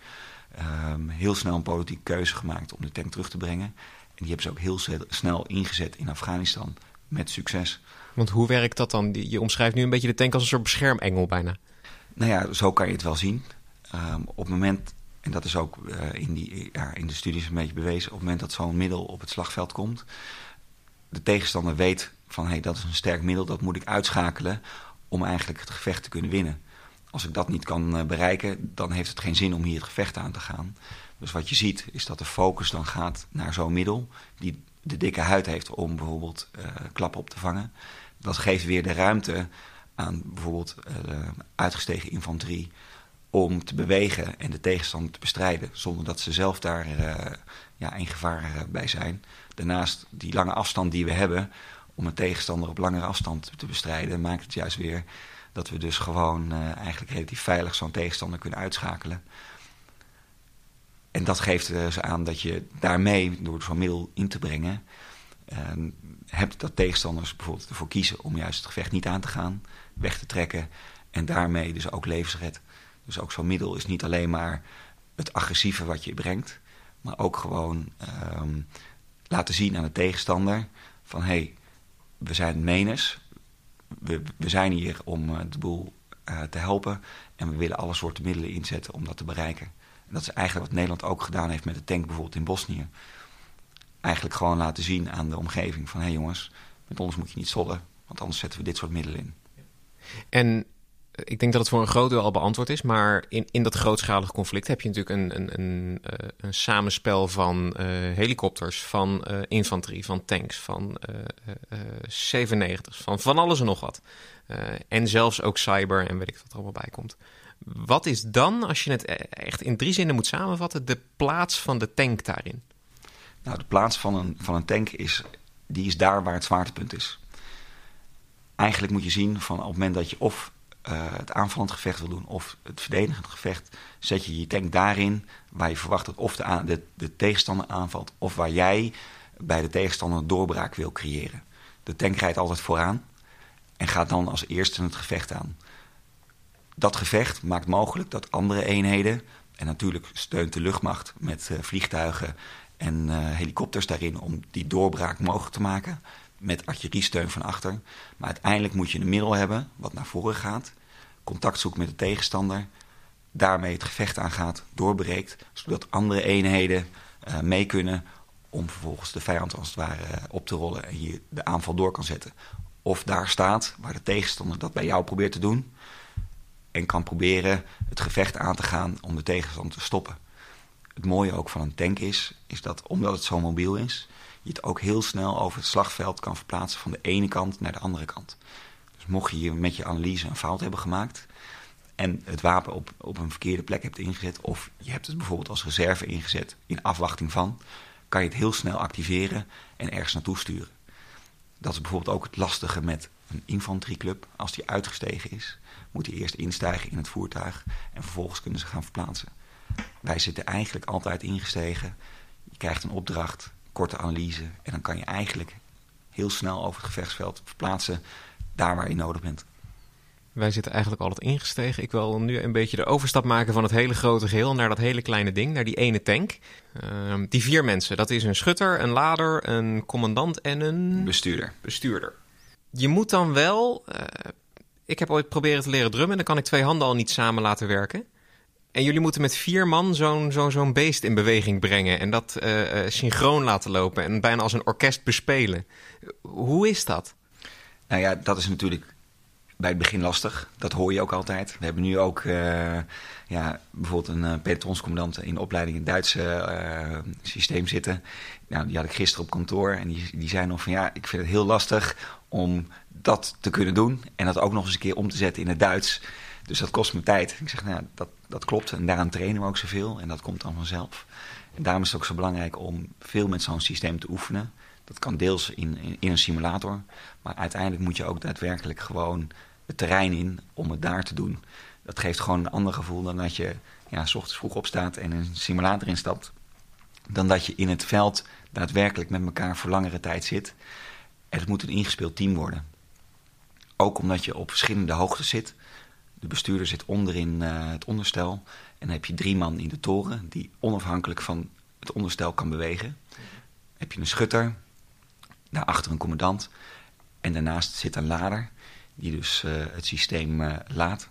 heel snel een politieke keuze gemaakt om de tank terug te brengen. En die hebben ze ook heel snel ingezet in Afghanistan. Met succes. Want hoe werkt dat dan? Je omschrijft nu een beetje de tank als een soort beschermengel bijna. Nou ja, zo kan je het wel zien. Op het moment, en dat is ook in de studies een beetje bewezen, op het moment dat zo'n middel op het slagveld komt, de tegenstander weet van hey, dat is een sterk middel, dat moet ik uitschakelen om eigenlijk het gevecht te kunnen winnen. Als ik dat niet kan bereiken, dan heeft het geen zin om hier het gevecht aan te gaan. Dus wat je ziet is dat de focus dan gaat naar zo'n middel die de dikke huid heeft om bijvoorbeeld klappen op te vangen. Dat geeft weer de ruimte aan bijvoorbeeld uitgestegen infanterie om te bewegen en de tegenstander te bestrijden, zonder dat ze zelf daar in gevaar bij zijn. Daarnaast die lange afstand die we hebben om een tegenstander op langere afstand te bestrijden, maakt het juist weer dat we dus gewoon eigenlijk relatief veilig zo'n tegenstander kunnen uitschakelen. En dat geeft ze aan dat je daarmee, door zo'n middel in te brengen, hebt dat tegenstanders bijvoorbeeld ervoor kiezen om juist het gevecht niet aan te gaan, weg te trekken en daarmee dus ook levens redt. Dus ook zo'n middel is niet alleen maar het agressieve wat je brengt, maar ook gewoon laten zien aan de tegenstander van hey, we zijn menens, we zijn hier om de boel te helpen en we willen alle soorten middelen inzetten om dat te bereiken. En dat is eigenlijk wat Nederland ook gedaan heeft met de tank bijvoorbeeld in Bosnië. Eigenlijk gewoon laten zien aan de omgeving van hey jongens, met ons moet je niet zollen, want anders zetten we dit soort middelen in. En ik denk dat het voor een groot deel al beantwoord is, maar in dat grootschalige conflict heb je natuurlijk een samenspel van helikopters, van infanterie, van tanks, van C-95's, van alles en nog wat. En zelfs ook cyber en weet ik wat er allemaal bij komt. Wat is dan, als je het echt in 3 zinnen moet samenvatten, de plaats van de tank daarin? Nou, de plaats van een tank is daar waar het zwaartepunt is. Eigenlijk moet je zien van op het moment dat je of het aanvallend gevecht wil doen of het verdedigend gevecht, zet je je tank daarin waar je verwacht dat of de tegenstander aanvalt of waar jij bij de tegenstander een doorbraak wil creëren. De tank rijdt altijd vooraan en gaat dan als eerste het gevecht aan. Dat gevecht maakt mogelijk dat andere eenheden, en natuurlijk steunt de luchtmacht met vliegtuigen en helikopters daarin om die doorbraak mogelijk te maken, met artilleriesteun van achter. Maar uiteindelijk moet je een middel hebben wat naar voren gaat, contact zoekt met de tegenstander, daarmee het gevecht aangaat, doorbreekt, zodat andere eenheden mee kunnen om vervolgens de vijand als het ware op te rollen en je de aanval door kan zetten. Of daar staat, waar de tegenstander dat bij jou probeert te doen, en kan proberen het gevecht aan te gaan om de tegenstander te stoppen. Het mooie ook van een tank is dat omdat het zo mobiel is, je het ook heel snel over het slagveld kan verplaatsen van de ene kant naar de andere kant. Dus mocht je hier met je analyse een fout hebben gemaakt en het wapen op een verkeerde plek hebt ingezet, of je hebt het bijvoorbeeld als reserve ingezet in afwachting van, kan je het heel snel activeren en ergens naartoe sturen. Dat is bijvoorbeeld ook het lastige met een infanterieclub. Als die uitgestegen is, moet hij eerst instijgen in het voertuig en vervolgens kunnen ze gaan verplaatsen. Wij zitten eigenlijk altijd ingestegen. Je krijgt een opdracht, korte analyse en dan kan je eigenlijk heel snel over het gevechtsveld verplaatsen daar waar je nodig bent. Wij zitten eigenlijk altijd ingestegen. Ik wil nu een beetje de overstap maken van het hele grote geheel naar dat hele kleine ding, naar die ene tank. Die 4 mensen, dat is een schutter, een lader, een commandant en een bestuurder. Je moet dan wel... ik heb ooit proberen te leren drummen en dan kan ik 2 handen al niet samen laten werken. En jullie moeten met 4 man zo'n beest in beweging brengen en dat synchroon laten lopen en bijna als een orkest bespelen. Hoe is dat? Nou ja, dat is natuurlijk bij het begin lastig. Dat hoor je ook altijd. We hebben nu ook bijvoorbeeld een pelotonscommandant in opleiding in het Duitse systeem zitten. Nou, die had ik gisteren op kantoor en die zei nog van ja, ik vind het heel lastig om dat te kunnen doen en dat ook nog eens een keer om te zetten in het Duits. Dus dat kost me tijd. Ik zeg, nou, dat klopt. En daaraan trainen we ook zoveel. En dat komt dan vanzelf. En daarom is het ook zo belangrijk om veel met zo'n systeem te oefenen. Dat kan deels in een simulator. Maar uiteindelijk moet je ook daadwerkelijk gewoon het terrein in om het daar te doen. Dat geeft gewoon een ander gevoel dan dat je 's ochtends vroeg opstaat en een simulator instapt. Dan dat je in het veld daadwerkelijk met elkaar voor langere tijd zit. En het moet een ingespeeld team worden. Ook omdat je op verschillende hoogtes zit. De bestuurder zit onderin het onderstel. En dan heb je 3 man in de toren die onafhankelijk van het onderstel kan bewegen. Dan heb je een schutter, daarachter een commandant. En daarnaast zit een lader die dus het systeem laat.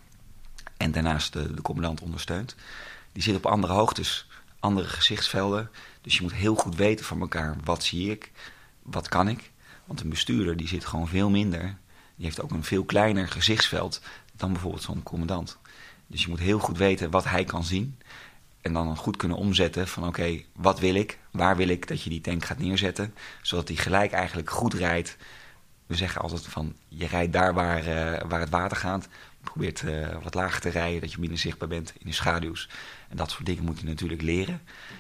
En daarnaast de commandant ondersteunt. Die zit op andere hoogtes, andere gezichtsvelden. Dus je moet heel goed weten van elkaar, wat zie ik, wat kan ik. Want een bestuurder die zit gewoon veel minder. Die heeft ook een veel kleiner gezichtsveld dan bijvoorbeeld zo'n commandant. Dus je moet heel goed weten wat hij kan zien. En dan goed kunnen omzetten van oké, wat wil ik? Waar wil ik dat je die tank gaat neerzetten? Zodat hij gelijk eigenlijk goed rijdt. We zeggen altijd van je rijdt daar waar het water gaat. Je probeert wat lager te rijden, dat je minder zichtbaar bent in de schaduws. En dat soort dingen moet je natuurlijk leren.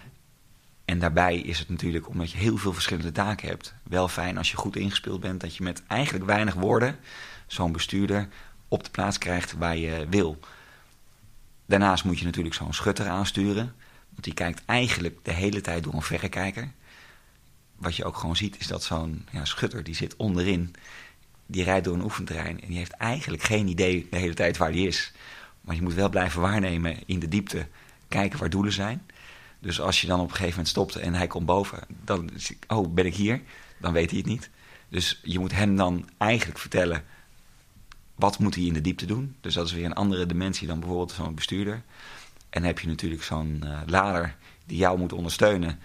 En daarbij is het natuurlijk, omdat je heel veel verschillende taken hebt, wel fijn als je goed ingespeeld bent, dat je met eigenlijk weinig woorden zo'n bestuurder op de plaats krijgt waar je wil. Daarnaast moet je natuurlijk zo'n schutter aansturen, want die kijkt eigenlijk de hele tijd door een verrekijker. Wat je ook gewoon ziet is dat zo'n schutter, die zit onderin, die rijdt door een oefenterrein en die heeft eigenlijk geen idee de hele tijd waar die is. Maar je moet wel blijven waarnemen in de diepte, kijken waar doelen zijn. Dus als je dan op een gegeven moment stopt en hij komt boven, dan ben ik hier, dan weet hij het niet. Dus je moet hem dan eigenlijk vertellen, wat moet hij in de diepte doen? Dus dat is weer een andere dimensie dan bijvoorbeeld zo'n bestuurder. En dan heb je natuurlijk zo'n lader die jou moet ondersteunen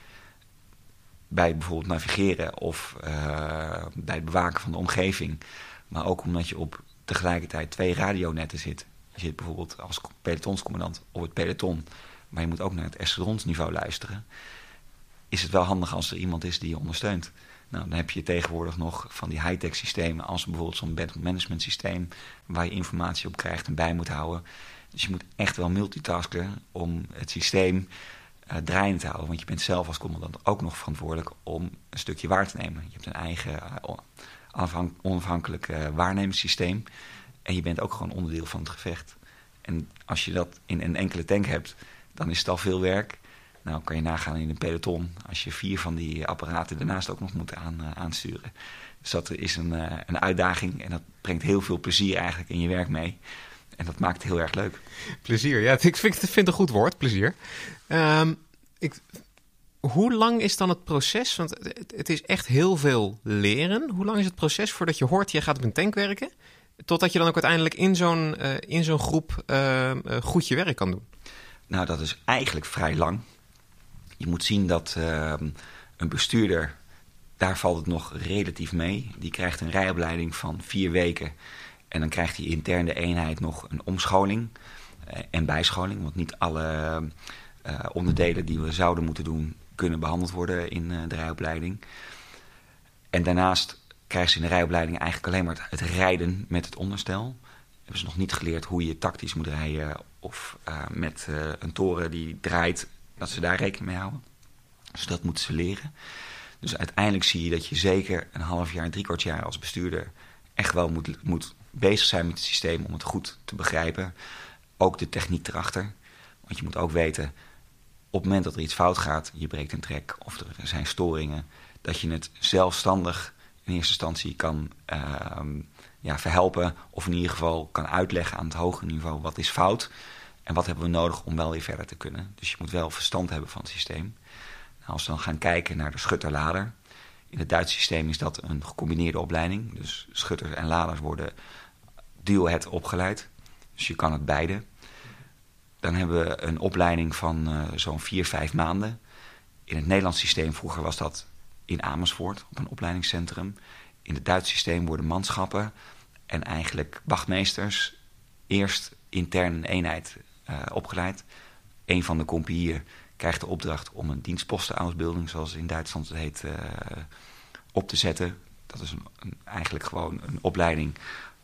bij bijvoorbeeld navigeren of bij het bewaken van de omgeving. Maar ook omdat je op tegelijkertijd 2 radionetten zit. Je zit bijvoorbeeld als pelotonscommandant op het peloton, maar je moet ook naar het eskadronsniveau luisteren. Is het wel handig als er iemand is die je ondersteunt. Nou, dan heb je tegenwoordig nog van die high-tech systemen als bijvoorbeeld zo'n battle management systeem waar je informatie op krijgt en bij moet houden. Dus je moet echt wel multitasken om het systeem draaiende te houden. Want je bent zelf als commandant ook nog verantwoordelijk om een stukje waar te nemen. Je hebt een eigen onafhankelijk waarnemingssysteem en je bent ook gewoon onderdeel van het gevecht. En als je dat in een enkele tank hebt, dan is het al veel werk. Nou, kan je nagaan in een peloton als je 4 van die apparaten daarnaast ook nog moet aansturen. Dus dat is een uitdaging en dat brengt heel veel plezier eigenlijk in je werk mee. En dat maakt het heel erg leuk. Plezier, ja. Ik vind het een goed woord, plezier. Hoe lang is dan het proces? Want het is echt heel veel leren. Hoe lang is het proces voordat je hoort, je gaat op een tank werken, totdat je dan ook uiteindelijk in zo'n groep goed je werk kan doen? Nou, dat is eigenlijk vrij lang. Je moet zien dat een bestuurder, daar valt het nog relatief mee. Die krijgt een rijopleiding van 4 weken. En dan krijgt die interne eenheid nog een omscholing en bijscholing. Want niet alle onderdelen die we zouden moeten doen kunnen behandeld worden in de rijopleiding. En daarnaast krijgen ze in de rijopleiding eigenlijk alleen maar het rijden met het onderstel. Hebben ze nog niet geleerd hoe je tactisch moet rijden of met een toren die draait, dat ze daar rekening mee houden. Dus dat moeten ze leren. Dus uiteindelijk zie je dat je zeker een half jaar, 3/4 jaar als bestuurder echt wel moet bezig zijn met het systeem om het goed te begrijpen. Ook de techniek erachter. Want je moet ook weten, op het moment dat er iets fout gaat, je breekt een trek of er zijn storingen, dat je het zelfstandig in eerste instantie kan verhelpen of in ieder geval kan uitleggen aan het hoge niveau wat is fout en wat hebben we nodig om wel weer verder te kunnen. Dus je moet wel verstand hebben van het systeem. Nou, als we dan gaan kijken naar de schutter-lader. In het Duitse systeem is dat een gecombineerde opleiding. Dus schutters en laders worden dual-head opgeleid. Dus je kan het beide. Dan hebben we een opleiding van zo'n 4-5 maanden. In het Nederlands systeem vroeger was dat in Amersfoort op een opleidingscentrum. In het Duitse systeem worden manschappen en eigenlijk wachtmeesters eerst intern een eenheid opgeleid. Een van de compagnieën krijgt de opdracht om een dienstpostenausbilding, zoals in Duitsland het heet, op te zetten. Dat is eigenlijk gewoon een opleiding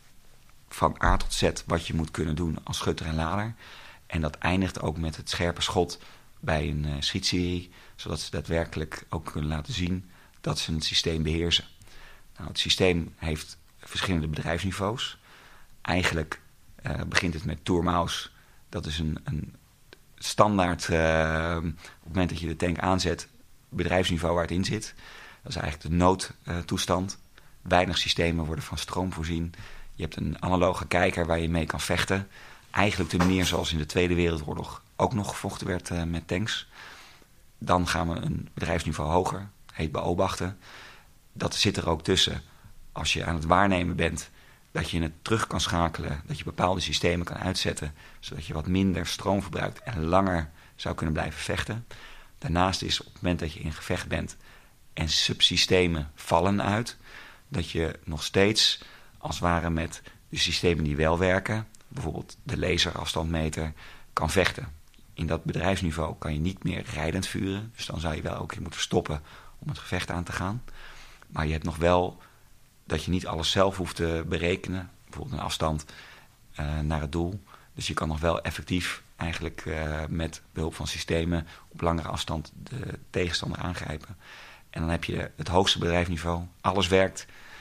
van A tot Z wat je moet kunnen doen als schutter en lader. En dat eindigt ook met het scherpe schot bij een schietserie, zodat ze daadwerkelijk ook kunnen laten zien dat ze het systeem beheersen. Nou, het systeem heeft verschillende bedrijfsniveaus. Eigenlijk begint het met Tourmaus. Dat is een standaard, op het moment dat je de tank aanzet, bedrijfsniveau waar het in zit. Dat is eigenlijk de noodtoestand. Weinig systemen worden van stroom voorzien. Je hebt een analoge kijker waar je mee kan vechten. Eigenlijk de manier zoals in de Tweede Wereldoorlog ook nog gevochten werd met tanks. Dan gaan we een bedrijfsniveau hoger, heet beobachten. Dat zit er ook tussen. Als je aan het waarnemen bent, dat je het terug kan schakelen, dat je bepaalde systemen kan uitzetten, zodat je wat minder stroom verbruikt en langer zou kunnen blijven vechten. Daarnaast is op het moment dat je in gevecht bent en subsystemen vallen uit, dat je nog steeds als het ware met de systemen die wel werken, bijvoorbeeld de laserafstandmeter, kan vechten. In dat bedrijfsniveau kan je niet meer rijdend vuren, dus dan zou je wel ook weer moeten stoppen om het gevecht aan te gaan. Maar je hebt nog wel dat je niet alles zelf hoeft te berekenen, bijvoorbeeld een afstand naar het doel. Dus je kan nog wel effectief eigenlijk met behulp van systemen op langere afstand de tegenstander aangrijpen. En dan heb je het hoogste bedrijfsniveau. Alles werkt.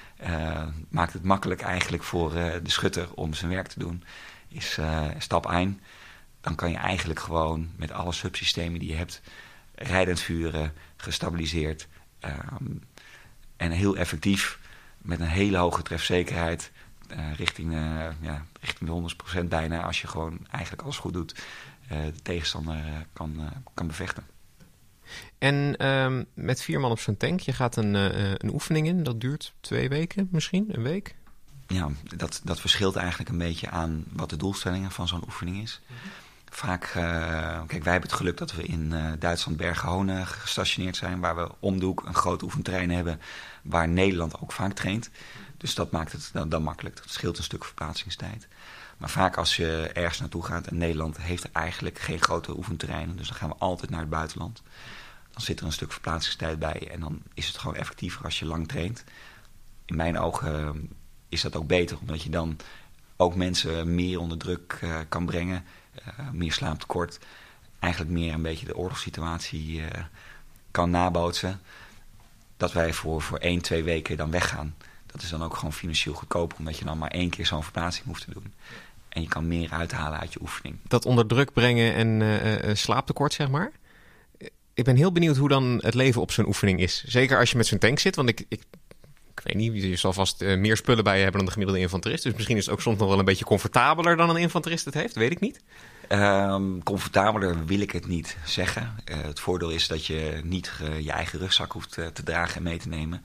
Maakt het makkelijk eigenlijk voor de schutter om zijn werk te doen. Is stap 1. Dan kan je eigenlijk gewoon met alle subsystemen die je hebt rijdend vuren, gestabiliseerd en heel effectief met een hele hoge trefzekerheid richting de 100% bijna, als je gewoon eigenlijk alles goed doet, de tegenstander kan bevechten. En met 4 man op zo'n tank, je gaat een oefening in, dat duurt 2 weken misschien, een week? Ja, dat verschilt eigenlijk een beetje aan wat de doelstellingen van zo'n oefening is. Vaak, kijk, wij hebben het geluk dat we in Duitsland Bergen-Honen gestationeerd zijn, waar we om de hoek een groot oefenterrein hebben, waar Nederland ook vaak traint. Dus dat maakt het dan makkelijk. Dat scheelt een stuk verplaatsingstijd. Maar vaak als je ergens naartoe gaat, en Nederland heeft eigenlijk geen grote oefenterreinen, dus dan gaan we altijd naar het buitenland. Dan zit er een stuk verplaatsingstijd bij en dan is het gewoon effectiever als je lang traint. In mijn ogen is dat ook beter, omdat je dan ook mensen meer onder druk kan brengen. Meer slaaptekort. Eigenlijk meer een beetje de oorlogssituatie kan nabootsen. Dat wij voor 1-2 weken dan weggaan. Dat is dan ook gewoon financieel goedkoper, omdat je dan maar 1 keer zo'n verplaatsing hoeft te doen. En je kan meer uithalen uit je oefening. Dat onder druk brengen en slaaptekort, zeg maar. Ik ben heel benieuwd hoe dan het leven op zo'n oefening is. Zeker als je met zo'n tank zit, want ik weet niet, je zal vast meer spullen bij je hebben dan de gemiddelde infanterist. Dus misschien is het ook soms nog wel een beetje comfortabeler dan een infanterist het heeft, weet ik niet. Comfortabeler wil ik het niet zeggen. Het voordeel is dat je niet je eigen rugzak hoeft te dragen en mee te nemen.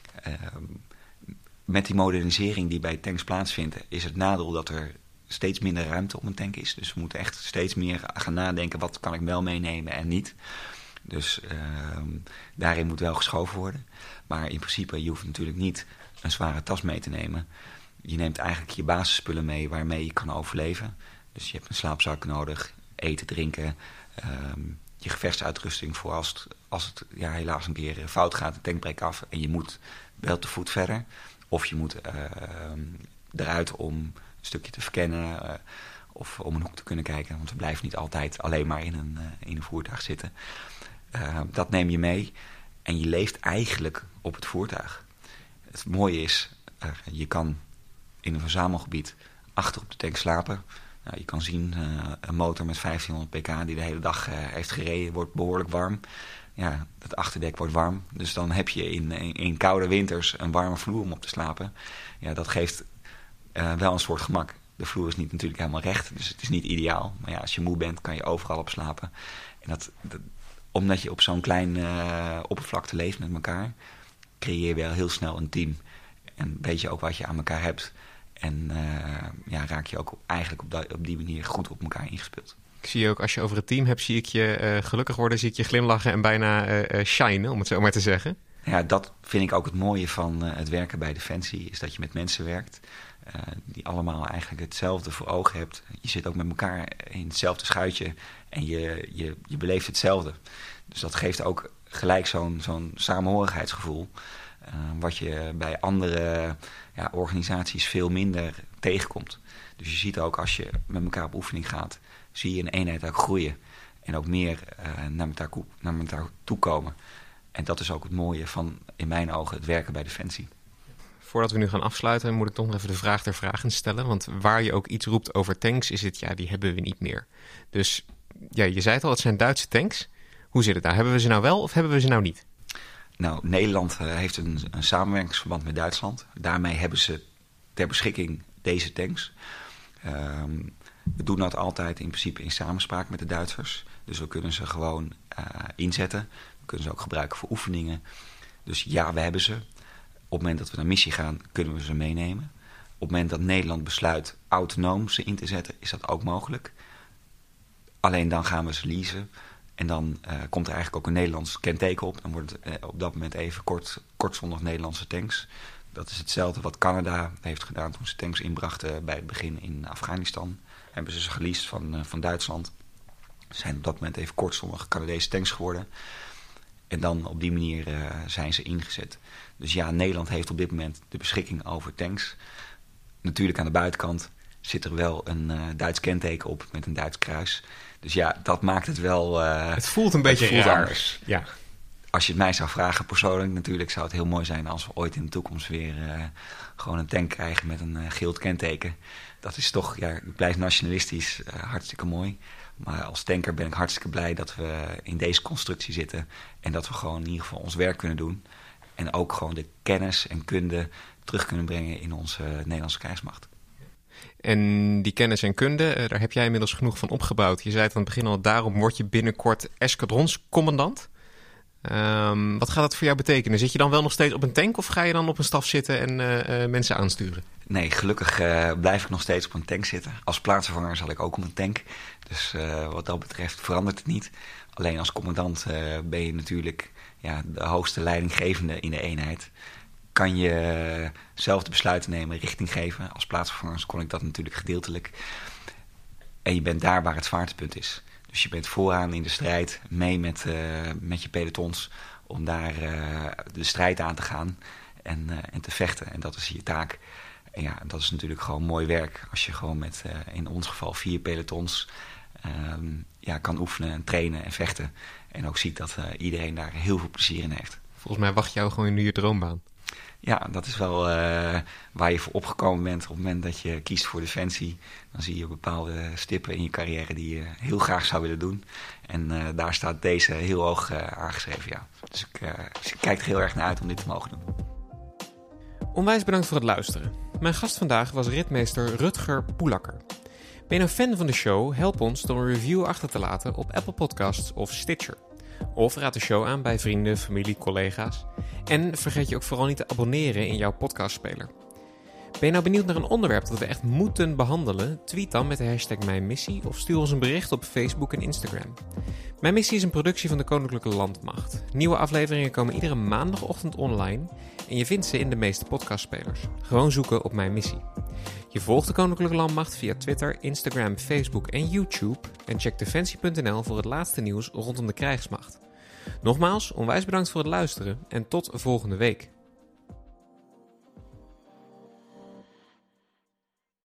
Met die modernisering die bij tanks plaatsvindt, is het nadeel dat er steeds minder ruimte op een tank is. Dus we moeten echt steeds meer gaan nadenken, wat kan ik wel meenemen en niet. Dus daarin moet wel geschoven worden. Maar in principe, je hoeft natuurlijk niet een zware tas mee te nemen. je neemt eigenlijk je basisspullen mee waarmee je kan overleven. Dus je hebt een slaapzak nodig, eten, drinken, je gevechtsuitrusting voor als het helaas een keer fout gaat, de tank breekt af en je moet wel te voet verder. Of je moet eruit om een stukje te verkennen of om een hoek te kunnen kijken. Want we blijven niet altijd alleen maar in een voertuig zitten. Dat neem je mee en je leeft eigenlijk op het voertuig. Het mooie is, je kan in een verzamelgebied achter op de tank slapen. Nou, je kan zien, een motor met 1500 pk die de hele dag heeft gereden, wordt behoorlijk warm. Ja, het achterdek wordt warm. Dus dan heb je in koude winters een warme vloer om op te slapen. Ja, dat geeft wel een soort gemak. De vloer is niet natuurlijk helemaal recht, dus het is niet ideaal. Maar ja, als je moe bent, kan je overal op slapen. En omdat je op zo'n klein oppervlakte leeft met elkaar, creëer je wel heel snel een team. En weet je ook wat je aan elkaar hebt. En raak je ook eigenlijk op die manier goed op elkaar ingespeeld. Ik zie je ook, als je over het team hebt, zie ik je gelukkig worden, zie ik je glimlachen en bijna shinen, om het zo maar te zeggen. Ja, dat vind ik ook het mooie van het werken bij Defensie, is dat je met mensen werkt die allemaal eigenlijk hetzelfde voor ogen hebt. Je zit ook met elkaar in hetzelfde schuitje en je beleeft hetzelfde. Dus dat geeft ook gelijk zo'n samenhorigheidsgevoel, wat je bij andere organisaties veel minder tegenkomt. Dus je ziet ook, als je met elkaar op oefening gaat, zie je een eenheid ook groeien. En ook meer naar elkaar toe komen. En dat is ook het mooie van, in mijn ogen, het werken bij Defensie. Voordat we nu gaan afsluiten, moet ik toch nog even de vraag der vragen stellen. Want waar je ook iets roept over tanks, is het, die hebben we niet meer. Dus je zei het al, het zijn Duitse tanks. Hoe zit het nou? Hebben we ze nou wel of hebben we ze nou niet? Nou, Nederland heeft een samenwerkingsverband met Duitsland. Daarmee hebben ze ter beschikking deze tanks. We doen dat altijd in principe in samenspraak met de Duitsers. Dus we kunnen ze gewoon inzetten. We kunnen ze ook gebruiken voor oefeningen. Dus ja, we hebben ze. Op het moment dat we naar missie gaan, kunnen we ze meenemen. Op het moment dat Nederland besluit autonoom ze in te zetten, is dat ook mogelijk. Alleen dan gaan we ze leasen. En dan komt er eigenlijk ook een Nederlands kenteken op. Dan wordt het op dat moment even kortstondig Nederlandse tanks. Dat is hetzelfde wat Canada heeft gedaan toen ze tanks inbrachten bij het begin in Afghanistan. Hebben ze geleased van Duitsland. Zijn op dat moment even kortstondig Canadese tanks geworden. En dan op die manier zijn ze ingezet. Dus ja, Nederland heeft op dit moment de beschikking over tanks. Natuurlijk aan de buitenkant zit er wel een Duits kenteken op met een Duits kruis. Dus ja, dat maakt het wel... het voelt een beetje raar. Anders. Ja. Als je het mij zou vragen persoonlijk, natuurlijk zou het heel mooi zijn als we ooit in de toekomst weer gewoon een tank krijgen met een geel kenteken. Dat is toch, ik blijf nationalistisch, hartstikke mooi. Maar als tanker ben ik hartstikke blij dat we in deze constructie zitten. En dat we gewoon in ieder geval ons werk kunnen doen. En ook gewoon de kennis en kunde terug kunnen brengen in onze Nederlandse krijgsmacht. En die kennis en kunde, daar heb jij inmiddels genoeg van opgebouwd. Je zei het aan het begin al, daarom word je binnenkort eskadronscommandant. Wat gaat dat voor jou betekenen? Zit je dan wel nog steeds op een tank of ga je dan op een staf zitten en mensen aansturen? Nee, gelukkig blijf ik nog steeds op een tank zitten. Als plaatsvervanger zal ik ook op een tank. Dus wat dat betreft verandert het niet. Alleen als commandant ben je natuurlijk de hoogste leidinggevende in de eenheid. Kan je zelf de besluiten nemen, richting geven. Als plaatsvervanger kon ik dat natuurlijk gedeeltelijk. En je bent daar waar het zwaartepunt is. Dus je bent vooraan in de strijd, mee met je pelotons, om daar de strijd aan te gaan en te vechten. En dat is je taak. En ja, dat is natuurlijk gewoon mooi werk als je gewoon met, in ons geval 4 pelotons, kan oefenen en trainen en vechten. En ook ziet dat iedereen daar heel veel plezier in heeft. Volgens mij wacht jou gewoon nu je droombaan. Ja, dat is wel waar je voor opgekomen bent. Op het moment dat je kiest voor Defensie, dan zie je bepaalde stippen in je carrière die je heel graag zou willen doen. En daar staat deze heel hoog aangeschreven, ja. Dus ik kijk er heel erg naar uit om dit te mogen doen. Onwijs bedankt voor het luisteren. Mijn gast vandaag was ritmeester Rutger Poelacker. Ben je nou fan van de show? Help ons door een review achter te laten op Apple Podcasts of Stitcher. Of raad de show aan bij vrienden, familie, collega's. En vergeet je ook vooral niet te abonneren in jouw podcastspeler. Ben je nou benieuwd naar een onderwerp dat we echt moeten behandelen? Tweet dan met de hashtag Mijnmissie of stuur ons een bericht op Facebook en Instagram. Mijn Missie is een productie van de Koninklijke Landmacht. Nieuwe afleveringen komen iedere maandagochtend online en je vindt ze in de meeste podcastspelers. Gewoon zoeken op Mijn Missie. Je volgt de Koninklijke Landmacht via Twitter, Instagram, Facebook en YouTube en check defensie.nl voor het laatste nieuws rondom de krijgsmacht. Nogmaals, onwijs bedankt voor het luisteren en tot volgende week.